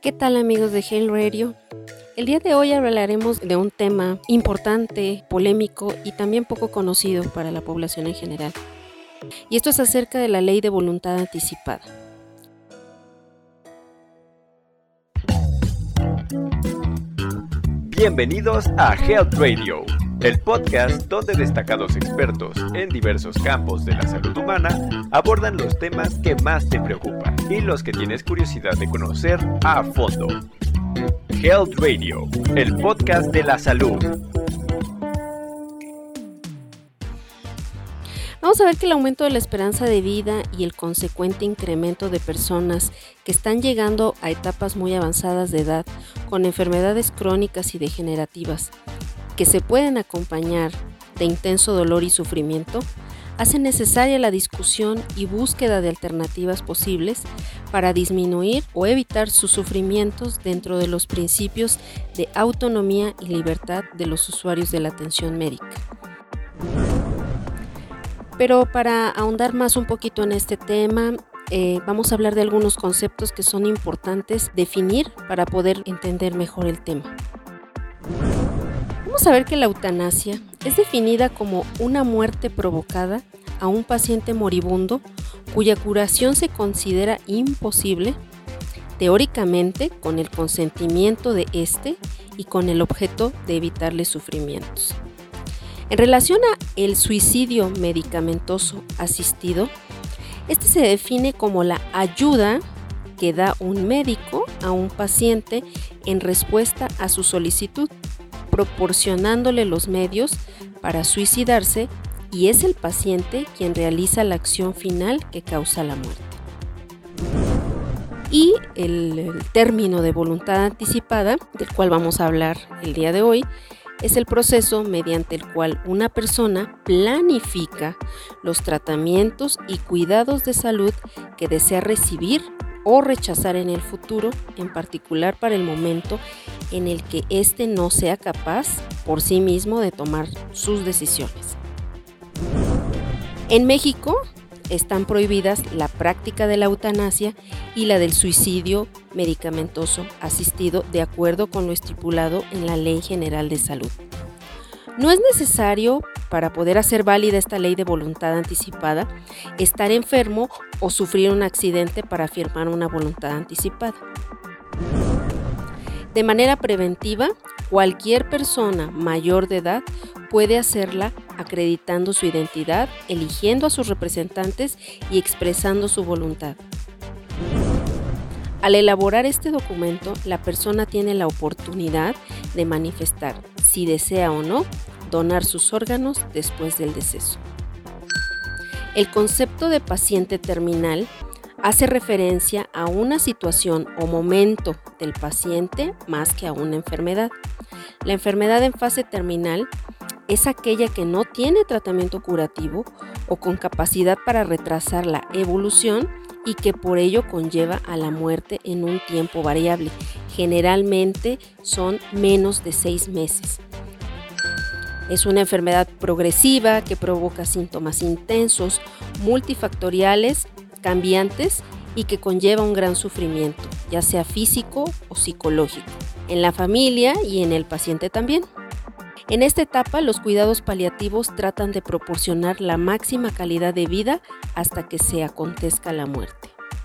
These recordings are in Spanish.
¿Qué tal amigos de Health Radio? El día de hoy hablaremos de un tema importante, polémico y también poco conocido para la población en general. Y esto es acerca de la ley de voluntad anticipada. Bienvenidos a Health Radio, el podcast donde destacados expertos en diversos campos de la salud humana abordan los temas que más te preocupan y los que tienes curiosidad de conocer a fondo. Health Radio, el podcast de la salud. Vamos a ver que el aumento de la esperanza de vida y el consecuente incremento de personas que están llegando a etapas muy avanzadas de edad con enfermedades crónicas y degenerativas que se pueden acompañar de intenso dolor y sufrimiento, hace necesaria la discusión y búsqueda de alternativas posibles para disminuir o evitar sus sufrimientos dentro de los principios de autonomía y libertad de los usuarios de la atención médica. Pero para ahondar más un poquito en este tema, vamos a hablar de algunos conceptos que son importantes definir para poder entender mejor el tema. Vamos a ver que la eutanasia es definida como una muerte provocada a un paciente moribundo cuya curación se considera imposible, teóricamente con el consentimiento de éste y con el objeto de evitarle sufrimientos. En relación a el suicidio medicamentoso asistido, este se define como la ayuda que da un médico a un paciente en respuesta a su solicitud, proporcionándole los medios para suicidarse, y es el paciente quien realiza la acción final que causa la muerte. Y el término de voluntad anticipada, del cual vamos a hablar el día de hoy, es el proceso mediante el cual una persona planifica los tratamientos y cuidados de salud que desea recibir o rechazar en el futuro, en particular para el momento en el que éste no sea capaz por sí mismo de tomar sus decisiones. En México están prohibidas la práctica de la eutanasia y la del suicidio medicamentoso asistido de acuerdo con lo estipulado en la Ley General de Salud. No es necesario, para poder hacer válida esta ley de voluntad anticipada, estar enfermo o sufrir un accidente para firmar una voluntad anticipada. De manera preventiva, cualquier persona mayor de edad puede hacerla acreditando su identidad, eligiendo a sus representantes y expresando su voluntad. Al elaborar este documento, la persona tiene la oportunidad de manifestar si desea o no donar sus órganos después del deceso. El concepto de paciente terminal hace referencia a una situación o momento del paciente más que a una enfermedad. La enfermedad en fase terminal es aquella que no tiene tratamiento curativo o con capacidad para retrasar la evolución y que por ello conlleva a la muerte en un tiempo variable. Generalmente son menos de 6 meses. Es una enfermedad progresiva que provoca síntomas intensos, multifactoriales, cambiantes y que conlleva un gran sufrimiento, ya sea físico o psicológico, en la familia y en el paciente también. En esta etapa, los cuidados paliativos tratan de proporcionar la máxima calidad de vida hasta que se acontezca la muerte.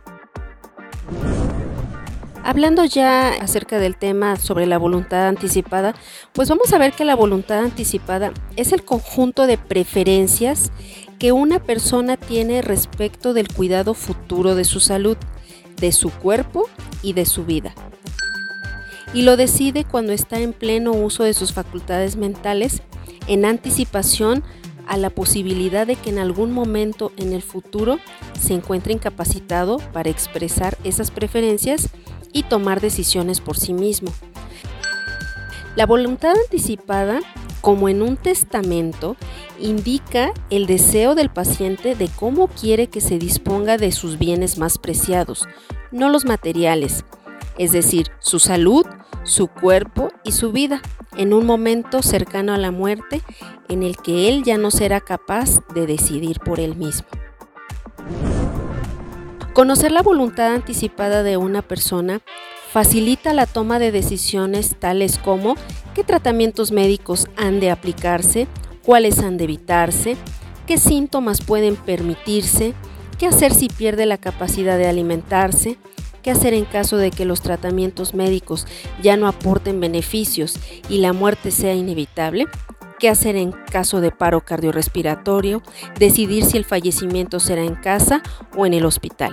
Hablando ya acerca del tema sobre la voluntad anticipada, pues vamos a ver que la voluntad anticipada es el conjunto de preferencias que una persona tiene respecto del cuidado futuro de su salud, de su cuerpo y de su vida. Y lo decide cuando está en pleno uso de sus facultades mentales, en anticipación a la posibilidad de que en algún momento en el futuro se encuentre incapacitado para expresar esas preferencias y tomar decisiones por sí mismo. La voluntad anticipada, como en un testamento, indica el deseo del paciente de cómo quiere que se disponga de sus bienes más preciados, no los materiales, es decir, su salud, su cuerpo y su vida, en un momento cercano a la muerte en el que él ya no será capaz de decidir por él mismo. Conocer la voluntad anticipada de una persona facilita la toma de decisiones tales como qué tratamientos médicos han de aplicarse, cuáles han de evitarse, qué síntomas pueden permitirse, qué hacer si pierde la capacidad de alimentarse, qué hacer en caso de que los tratamientos médicos ya no aporten beneficios y la muerte sea inevitable, qué hacer en caso de paro cardiorrespiratorio, decidir si el fallecimiento será en casa o en el hospital.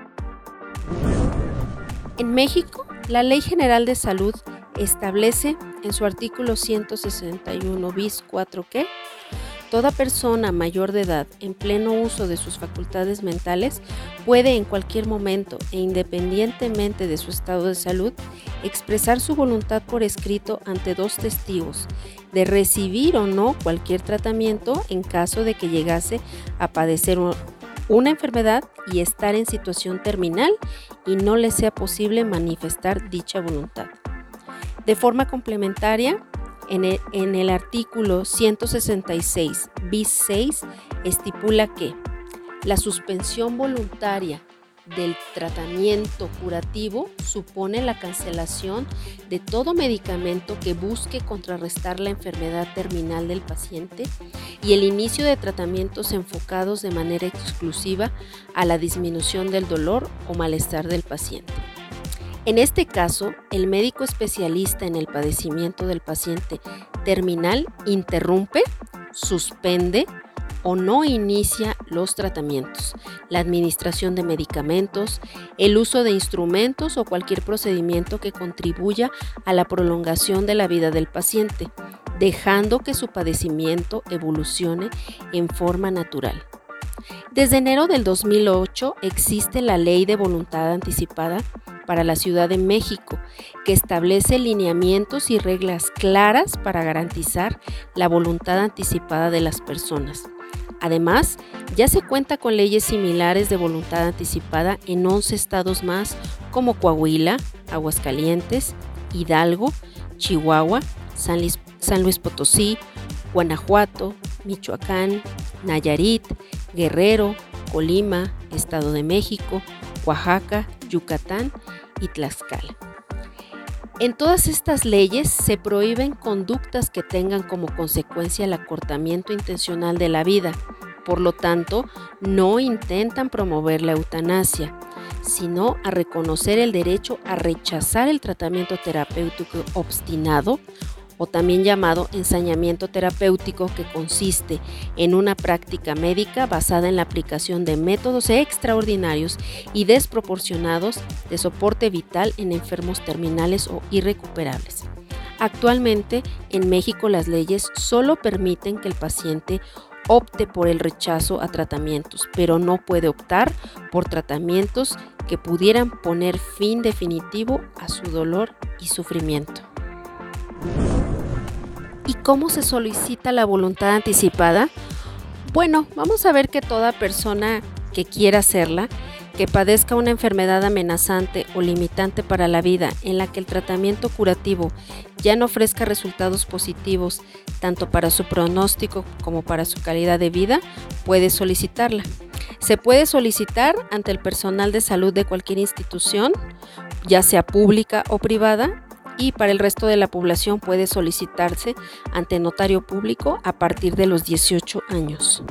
En México, la Ley General de Salud establece en su artículo 161 bis 4 que toda persona mayor de edad en pleno uso de sus facultades mentales puede en cualquier momento e independientemente de su estado de salud expresar su voluntad por escrito ante 2 testigos de recibir o no cualquier tratamiento en caso de que llegase a padecer una enfermedad y estar en situación terminal y no le sea posible manifestar dicha voluntad. De forma complementaria, en el artículo 166 bis 6 estipula que la suspensión voluntaria del tratamiento curativo supone la cancelación de todo medicamento que busque contrarrestar la enfermedad terminal del paciente y el inicio de tratamientos enfocados de manera exclusiva a la disminución del dolor o malestar del paciente. En este caso, el médico especialista en el padecimiento del paciente terminal interrumpe, suspende o no inicia los tratamientos, la administración de medicamentos, el uso de instrumentos o cualquier procedimiento que contribuya a la prolongación de la vida del paciente, dejando que su padecimiento evolucione en forma natural. Desde enero del 2008 existe la Ley de Voluntad Anticipada para la Ciudad de México, que establece lineamientos y reglas claras para garantizar la voluntad anticipada de las personas. Además, ya se cuenta con leyes similares de voluntad anticipada en 11 estados más, como Coahuila, Aguascalientes, Hidalgo, Chihuahua, San Luis Potosí, Guanajuato, Michoacán, Nayarit, Guerrero, Colima, Estado de México, Oaxaca, Yucatán y Tlaxcala. En todas estas leyes se prohíben conductas que tengan como consecuencia el acortamiento intencional de la vida. Por lo tanto, no intentan promover la eutanasia, sino a reconocer el derecho a rechazar el tratamiento terapéutico obstinado, o también llamado ensañamiento terapéutico, que consiste en una práctica médica basada en la aplicación de métodos extraordinarios y desproporcionados de soporte vital en enfermos terminales o irrecuperables. Actualmente, en México las leyes solo permiten que el paciente opte por el rechazo a tratamientos, pero no puede optar por tratamientos que pudieran poner fin definitivo a su dolor y sufrimiento. ¿Y cómo se solicita la voluntad anticipada? Bueno, vamos a ver que toda persona que quiera hacerla, que padezca una enfermedad amenazante o limitante para la vida, en la que el tratamiento curativo ya no ofrezca resultados positivos tanto para su pronóstico como para su calidad de vida, puede solicitarla. Se puede solicitar ante el personal de salud de cualquier institución, ya sea pública o privada, y para el resto de la población puede solicitarse ante notario público a partir de los 18 años.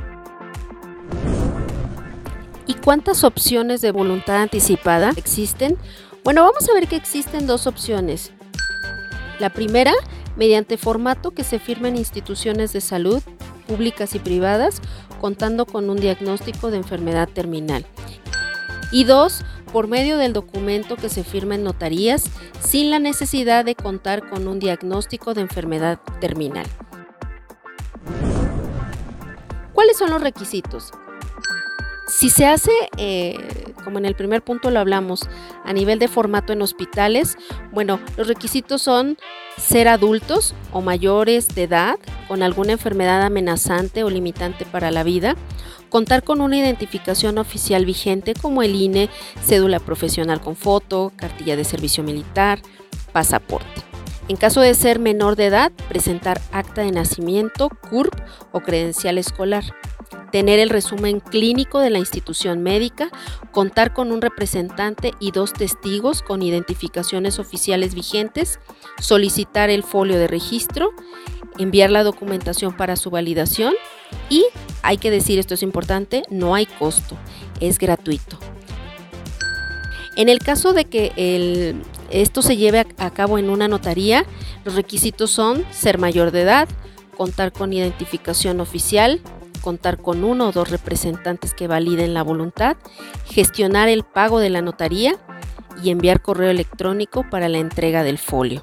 ¿Y cuántas opciones de voluntad anticipada existen? Bueno, vamos a ver que existen 2 opciones. La primera, mediante formato que se firma en instituciones de salud, públicas y privadas, contando con un diagnóstico de enfermedad terminal. Y 2, por medio del documento que se firma en notarías, sin la necesidad de contar con un diagnóstico de enfermedad terminal. ¿Cuáles son los requisitos? Si se hace, como en el primer punto lo hablamos, a nivel de formato en hospitales, bueno, los requisitos son ser adultos o mayores de edad con alguna enfermedad amenazante o limitante para la vida, contar con una identificación oficial vigente como el INE, cédula profesional con foto, cartilla de servicio militar, pasaporte. En caso de ser menor de edad, presentar acta de nacimiento, CURP o credencial escolar. tener el resumen clínico de la institución médica, contar con un representante y 2 testigos con identificaciones oficiales vigentes, solicitar el folio de registro, enviar la documentación para su validación y, hay que decir, esto es importante, no hay costo, es gratuito. En el caso de que esto se lleve a cabo en una notaría, los requisitos son ser mayor de edad, contar con identificación oficial, contar con 1 o 2 representantes que validen la voluntad, gestionar el pago de la notaría y enviar correo electrónico para la entrega del folio.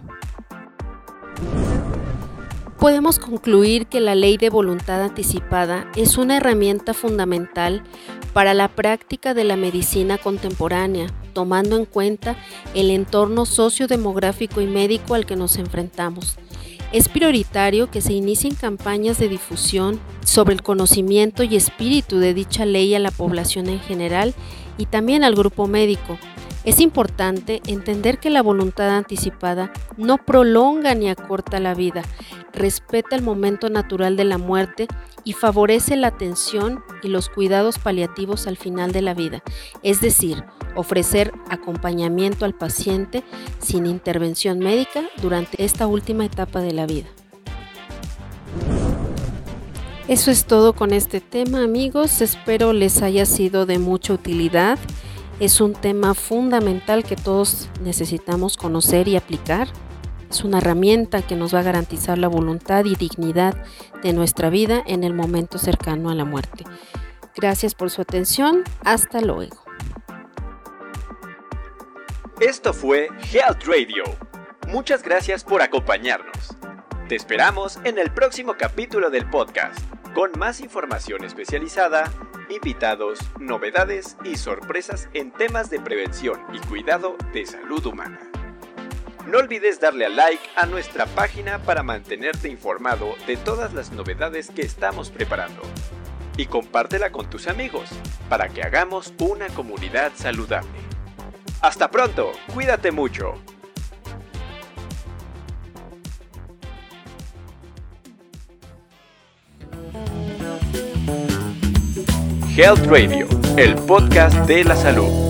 Podemos concluir que la ley de voluntad anticipada es una herramienta fundamental para la práctica de la medicina contemporánea, tomando en cuenta el entorno sociodemográfico y médico al que nos enfrentamos. Es prioritario que se inicien campañas de difusión sobre el conocimiento y espíritu de dicha ley a la población en general y también al grupo médico. Es importante entender que la voluntad anticipada no prolonga ni acorta la vida, respeta el momento natural de la muerte y favorece la atención y los cuidados paliativos al final de la vida, es decir, ofrecer acompañamiento al paciente sin intervención médica durante esta última etapa de la vida. Eso es todo con este tema, amigos. Espero les haya sido de mucha utilidad. Es un tema fundamental que todos necesitamos conocer y aplicar. Es una herramienta que nos va a garantizar la voluntad y dignidad de nuestra vida en el momento cercano a la muerte. Gracias por su atención. Hasta luego. Esto fue Health Radio. Muchas gracias por acompañarnos. Te esperamos en el próximo capítulo del podcast, con más información especializada, invitados, novedades y sorpresas en temas de prevención y cuidado de salud humana. No olvides darle a like a nuestra página para mantenerte informado de todas las novedades que estamos preparando. Y compártela con tus amigos para que hagamos una comunidad saludable. ¡Hasta pronto! ¡Cuídate mucho! Health Radio, el podcast de la salud.